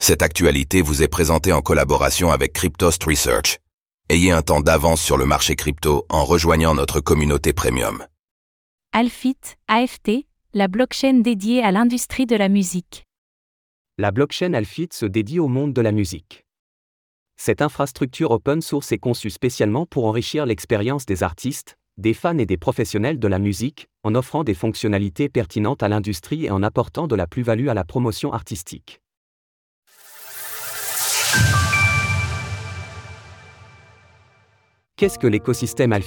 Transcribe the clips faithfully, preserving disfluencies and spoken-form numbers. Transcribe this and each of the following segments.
Cette actualité vous est présentée en collaboration avec Cryptost Research. Ayez un temps d'avance sur le marché crypto en rejoignant notre communauté premium. Alphit, A F T, la blockchain dédiée à l'industrie de la musique. La blockchain Alphit se dédie au monde de la musique. Cette infrastructure open source est conçue spécialement pour enrichir l'expérience des artistes, des fans et des professionnels de la musique, en offrant des fonctionnalités pertinentes à l'industrie et en apportant de la plus-value à la promotion artistique. Qu'est-ce que l'écosystème Alphit ?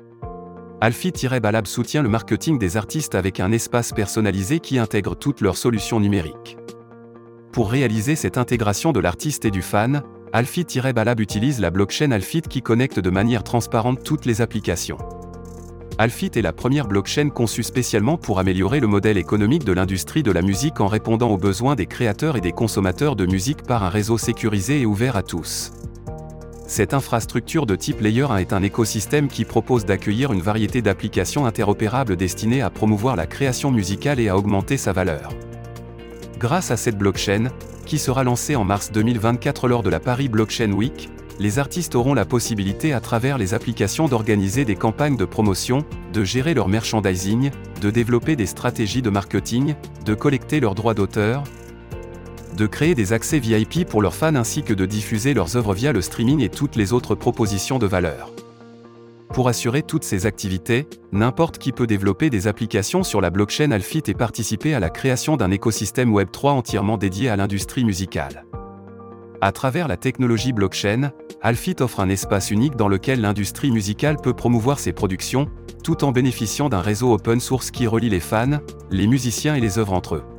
Alphit-Lab soutient le marketing des artistes avec un espace personnalisé qui intègre toutes leurs solutions numériques. Pour réaliser cette intégration de l'artiste et du fan, Alphit-Lab utilise la blockchain Alphit qui connecte de manière transparente toutes les applications. Alphit est la première blockchain conçue spécialement pour améliorer le modèle économique de l'industrie de la musique en répondant aux besoins des créateurs et des consommateurs de musique par un réseau sécurisé et ouvert à tous. Cette infrastructure de type Layer un est un écosystème qui propose d'accueillir une variété d'applications interopérables destinées à promouvoir la création musicale et à augmenter sa valeur. Grâce à cette blockchain, qui sera lancée en mars deux mille vingt-quatre lors de la Paris Blockchain Week, les artistes auront la possibilité à travers les applications d'organiser des campagnes de promotion, de gérer leur merchandising, de développer des stratégies de marketing, de collecter leurs droits d'auteur, de créer des accès V I P pour leurs fans ainsi que de diffuser leurs œuvres via le streaming et toutes les autres propositions de valeur. Pour assurer toutes ces activités, n'importe qui peut développer des applications sur la blockchain Alphit et participer à la création d'un écosystème web trois entièrement dédié à l'industrie musicale. À travers la technologie blockchain, Alphit offre un espace unique dans lequel l'industrie musicale peut promouvoir ses productions, tout en bénéficiant d'un réseau open source qui relie les fans, les musiciens et les œuvres entre eux.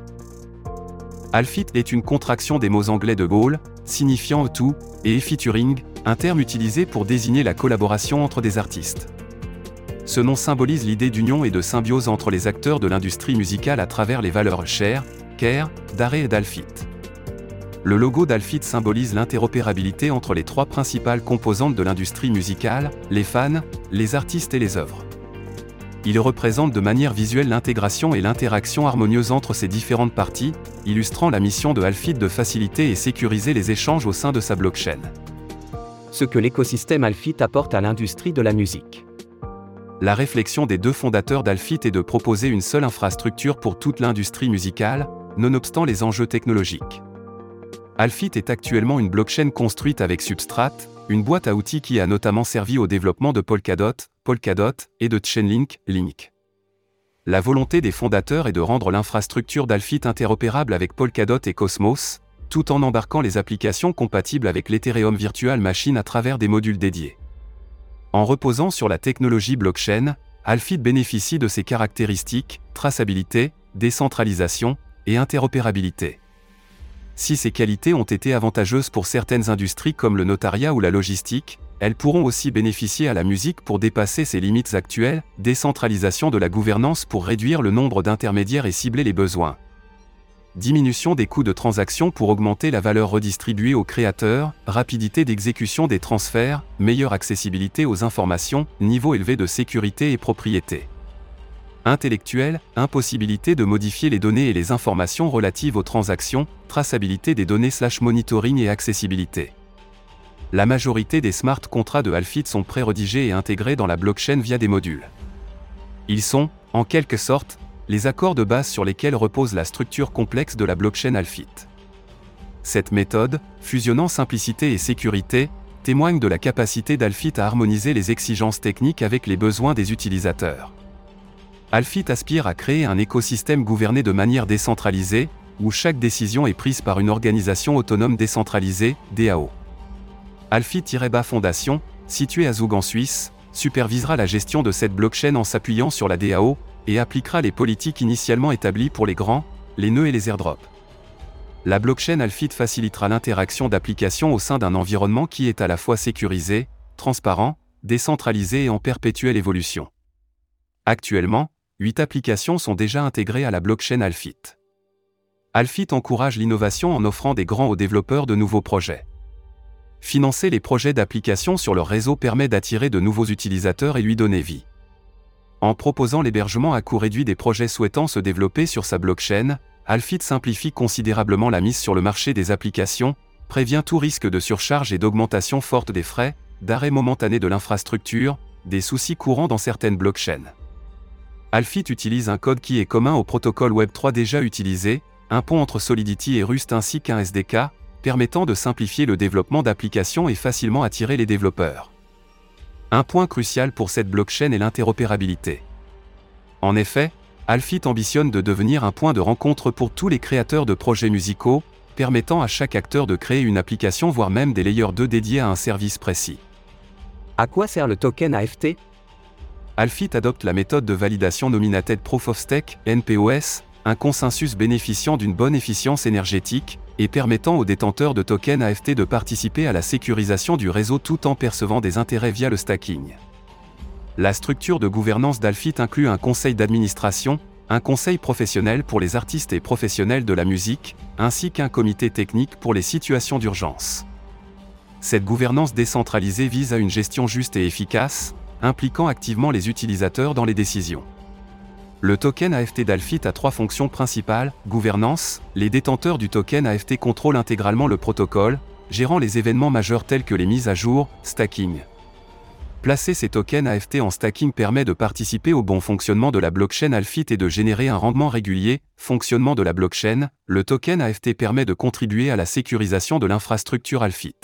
Alphit est une contraction des mots anglais de Goal, signifiant tout, et featuring, un terme utilisé pour désigner la collaboration entre des artistes. Ce nom symbolise l'idée d'union et de symbiose entre les acteurs de l'industrie musicale à travers les valeurs share, care, d'arrêt et d'Alphit. Le logo d'Alphit symbolise l'interopérabilité entre les trois principales composantes de l'industrie musicale, les fans, les artistes et les œuvres. Il représente de manière visuelle l'intégration et l'interaction harmonieuse entre ces différentes parties, illustrant la mission de Alphit de faciliter et sécuriser les échanges au sein de sa blockchain. Ce que l'écosystème Alphit apporte à l'industrie de la musique. La réflexion des deux fondateurs d'Alphit est de proposer une seule infrastructure pour toute l'industrie musicale, nonobstant les enjeux technologiques. Alphit est actuellement une blockchain construite avec Substrate, une boîte à outils qui a notamment servi au développement de Polkadot, Polkadot, et de Chainlink, Link. La volonté des fondateurs est de rendre l'infrastructure d'Alphit interopérable avec Polkadot et Cosmos, tout en embarquant les applications compatibles avec l'Ethereum Virtual Machine à travers des modules dédiés. En reposant sur la technologie blockchain, Alphit bénéficie de ses caractéristiques, traçabilité, décentralisation, et interopérabilité. Si ces qualités ont été avantageuses pour certaines industries comme le notariat ou la logistique, elles pourront aussi bénéficier à la musique pour dépasser ses limites actuelles, décentralisation de la gouvernance pour réduire le nombre d'intermédiaires et cibler les besoins. Diminution des coûts de transaction pour augmenter la valeur redistribuée aux créateurs, rapidité d'exécution des transferts, meilleure accessibilité aux informations, niveau élevé de sécurité et propriété intellectuelle, impossibilité de modifier les données et les informations relatives aux transactions, traçabilité des données slash monitoring et accessibilité. La majorité des smart contrats de Alphit sont pré-rédigés et intégrés dans la blockchain via des modules. Ils sont, en quelque sorte, les accords de base sur lesquels repose la structure complexe de la blockchain Alphit. Cette méthode, fusionnant simplicité et sécurité, témoigne de la capacité d'Alphit à harmoniser les exigences techniques avec les besoins des utilisateurs. Alphit aspire à créer un écosystème gouverné de manière décentralisée, où chaque décision est prise par une organisation autonome décentralisée, D A O. Alphit-Lab Foundation, située à Zug en Suisse, supervisera la gestion de cette blockchain en s'appuyant sur la D A O, et appliquera les politiques initialement établies pour les grands, les nœuds et les airdrops. La blockchain Alphit facilitera l'interaction d'applications au sein d'un environnement qui est à la fois sécurisé, transparent, décentralisé et en perpétuelle évolution. Actuellement, huit applications sont déjà intégrées à la blockchain Alphit. Alphit encourage l'innovation en offrant des grants aux développeurs de nouveaux projets. Financer les projets d'application sur leur réseau permet d'attirer de nouveaux utilisateurs et lui donner vie. En proposant l'hébergement à coût réduit des projets souhaitant se développer sur sa blockchain, Alfit simplifie considérablement la mise sur le marché des applications, prévient tout risque de surcharge et d'augmentation forte des frais, d'arrêt momentané de l'infrastructure, des soucis courants dans certaines blockchains. Alfit utilise un code qui est commun au protocole Web trois déjà utilisé, un pont entre Solidity et Rust ainsi qu'un S D K, permettant de simplifier le développement d'applications et facilement attirer les développeurs. Un point crucial pour cette blockchain est l'interopérabilité. En effet, Alfit ambitionne de devenir un point de rencontre pour tous les créateurs de projets musicaux, permettant à chaque acteur de créer une application voire même des layers deux dédiés à un service précis. À quoi sert le token A F T ? Alfit adopte la méthode de validation Nominated Proof of Stake, N P O S, un consensus bénéficiant d'une bonne efficience énergétique, et permettant aux détenteurs de tokens A F T de participer à la sécurisation du réseau tout en percevant des intérêts via le stacking. La structure de gouvernance d'Alfit inclut un conseil d'administration, un conseil professionnel pour les artistes et professionnels de la musique, ainsi qu'un comité technique pour les situations d'urgence. Cette gouvernance décentralisée vise à une gestion juste et efficace, impliquant activement les utilisateurs dans les décisions. Le token A F T d'Alfit a trois fonctions principales. Gouvernance, les détenteurs du token A F T contrôlent intégralement le protocole, gérant les événements majeurs tels que les mises à jour. Stacking. Placer ces tokens A F T en stacking permet de participer au bon fonctionnement de la blockchain Alfit et de générer un rendement régulier. Fonctionnement de la blockchain, le token A F T permet de contribuer à la sécurisation de l'infrastructure Alfit.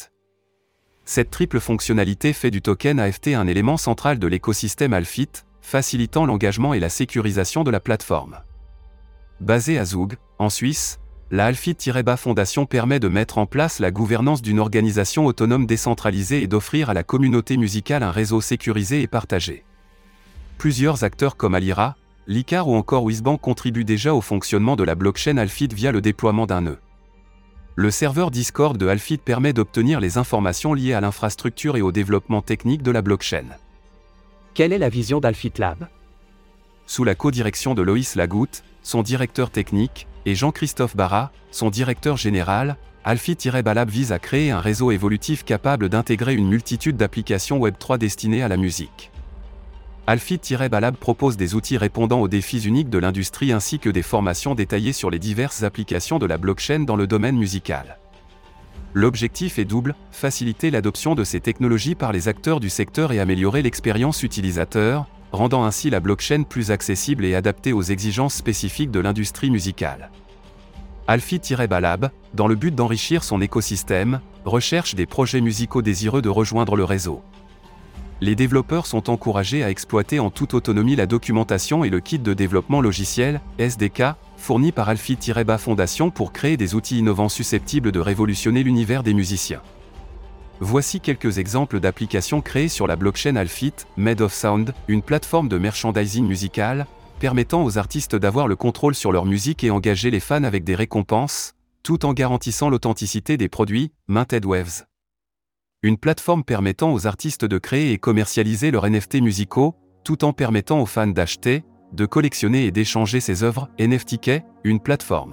Cette triple fonctionnalité fait du token A F T un élément central de l'écosystème Alfit, facilitant l'engagement et la sécurisation de la plateforme. Basée à Zug, en Suisse, la Alfit-B A Foundation permet de mettre en place la gouvernance d'une organisation autonome décentralisée et d'offrir à la communauté musicale un réseau sécurisé et partagé. Plusieurs acteurs comme Alira, Licar ou encore Wizbank contribuent déjà au fonctionnement de la blockchain Alfit via le déploiement d'un nœud. Le serveur Discord de Alfit permet d'obtenir les informations liées à l'infrastructure et au développement technique de la blockchain. Quelle est la vision d'Alfit Lab ? Sous la co-direction de Loïs Lagoutte, son directeur technique, et Jean-Christophe Barra, son directeur général, Alfit-B A Lab vise à créer un réseau évolutif capable d'intégrer une multitude d'applications Web trois destinées à la musique. Alfit-B A Lab propose des outils répondant aux défis uniques de l'industrie ainsi que des formations détaillées sur les diverses applications de la blockchain dans le domaine musical. L'objectif est double, faciliter l'adoption de ces technologies par les acteurs du secteur et améliorer l'expérience utilisateur, rendant ainsi la blockchain plus accessible et adaptée aux exigences spécifiques de l'industrie musicale. Alfit-B A Lab, dans le but d'enrichir son écosystème, recherche des projets musicaux désireux de rejoindre le réseau. Les développeurs sont encouragés à exploiter en toute autonomie la documentation et le kit de développement logiciel, S D K, fourni par Alfit-B A Foundation pour créer des outils innovants susceptibles de révolutionner l'univers des musiciens. Voici quelques exemples d'applications créées sur la blockchain Alfit, Made of Sound, une plateforme de merchandising musical, permettant aux artistes d'avoir le contrôle sur leur musique et engager les fans avec des récompenses, tout en garantissant l'authenticité des produits, Minted Waves. Une plateforme permettant aux artistes de créer et commercialiser leurs N F T musicaux, tout en permettant aux fans d'acheter, de collectionner et d'échanger ses œuvres, N F T K, une plateforme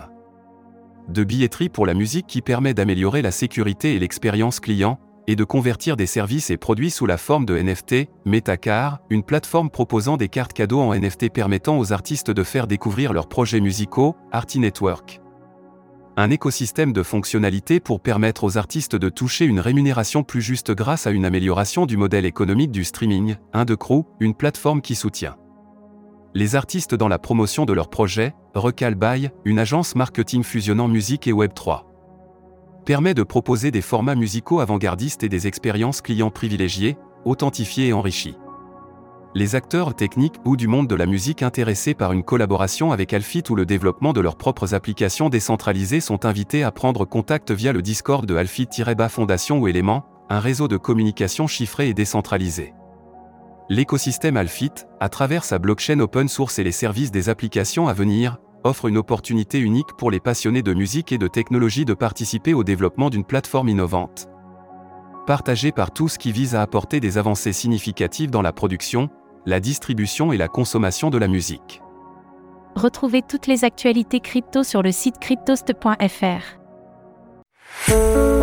de billetterie pour la musique qui permet d'améliorer la sécurité et l'expérience client, et de convertir des services et produits sous la forme de N F T, Metacar, une plateforme proposant des cartes cadeaux en N F T permettant aux artistes de faire découvrir leurs projets musicaux, Arty Network. Un écosystème de fonctionnalités pour permettre aux artistes de toucher une rémunération plus juste grâce à une amélioration du modèle économique du streaming, un de Crew, une plateforme qui soutient les artistes dans la promotion de leurs projets, Recal By, une agence marketing fusionnant musique et Web trois. Permet de proposer des formats musicaux avant-gardistes et des expériences clients privilégiées, authentifiées et enrichies. Les acteurs techniques ou du monde de la musique intéressés par une collaboration avec Alfit ou le développement de leurs propres applications décentralisées sont invités à prendre contact via le Discord de Alfit-B A Foundation ou Element, un réseau de communication chiffré et décentralisé. L'écosystème Alfit, à travers sa blockchain open source et les services des applications à venir, offre une opportunité unique pour les passionnés de musique et de technologie de participer au développement d'une plateforme innovante, partagée par tous qui vise à apporter des avancées significatives dans la production, la distribution et la consommation de la musique. Retrouvez toutes les actualités crypto sur le site cryptost point f r.